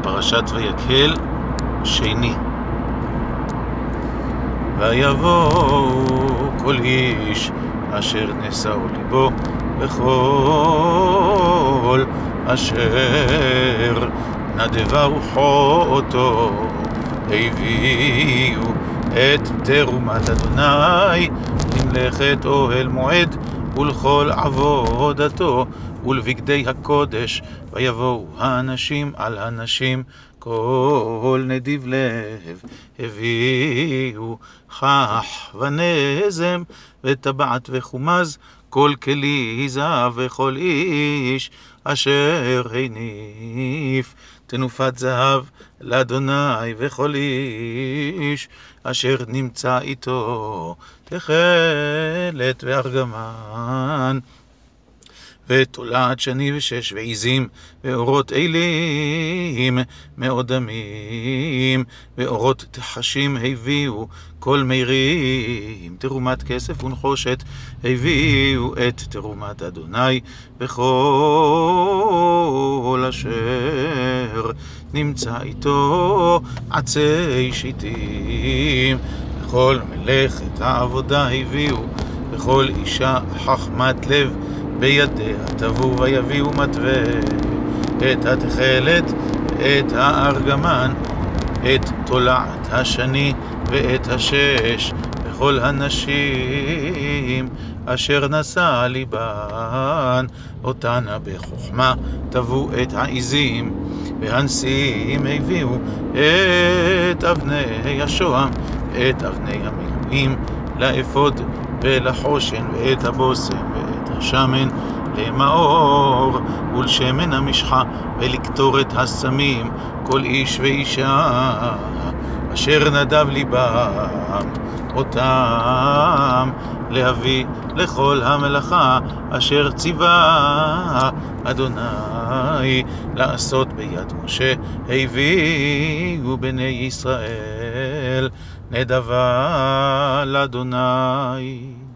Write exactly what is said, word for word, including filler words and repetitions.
פרשת ויקהל שני. ויבוא כל איש אשר נשאו ליבו וכל אשר נדבה רוחו אותו, הביאו את תרומת אדוני למלאכת אוהל מועד ולכל עבודתו ולבגדי הקודש. ויבואו האנשים על הנשים כל נדיב לב, הביאו כח ונזם וטבעת וחומז, כל כלי זהב וכל איש אשר הניף תנופת זהב לאדוני, וכל איש אשר נמצא איתו תכלת וארגמן ותולעת שני ושש ועיזים ואורות אילים מאוד דמים ואורות תחשים, הביאו כל מירים תרומת כסף ונחושת, הביאו את תרומת אדוני וכל אשר נמצא איתו עצי שיטים, וכל מלאכת העבודה הביאו, וכל אישה חכמת לב בידיה תבוא, ויביאו מתווה את התכלת את הארגמן, את תולעת השני ואת השש, וכל הנשים אשר נשא ליבן אותנה בחוכמה תבוא את העיזים, והנסים הביאו את אבני השוהם, את אבני המילואים לאפוד ולחושן, ואת הבוסם ואת השמן למאור ולשמן המשחה, ולקטור את הסמים כל איש ואישה אשר נדב ליבם אותם להביא לכל המלאכה אשר ציווה אדוני לעשות ביד משה, הביאו בני ישראל נדבה לאדוני.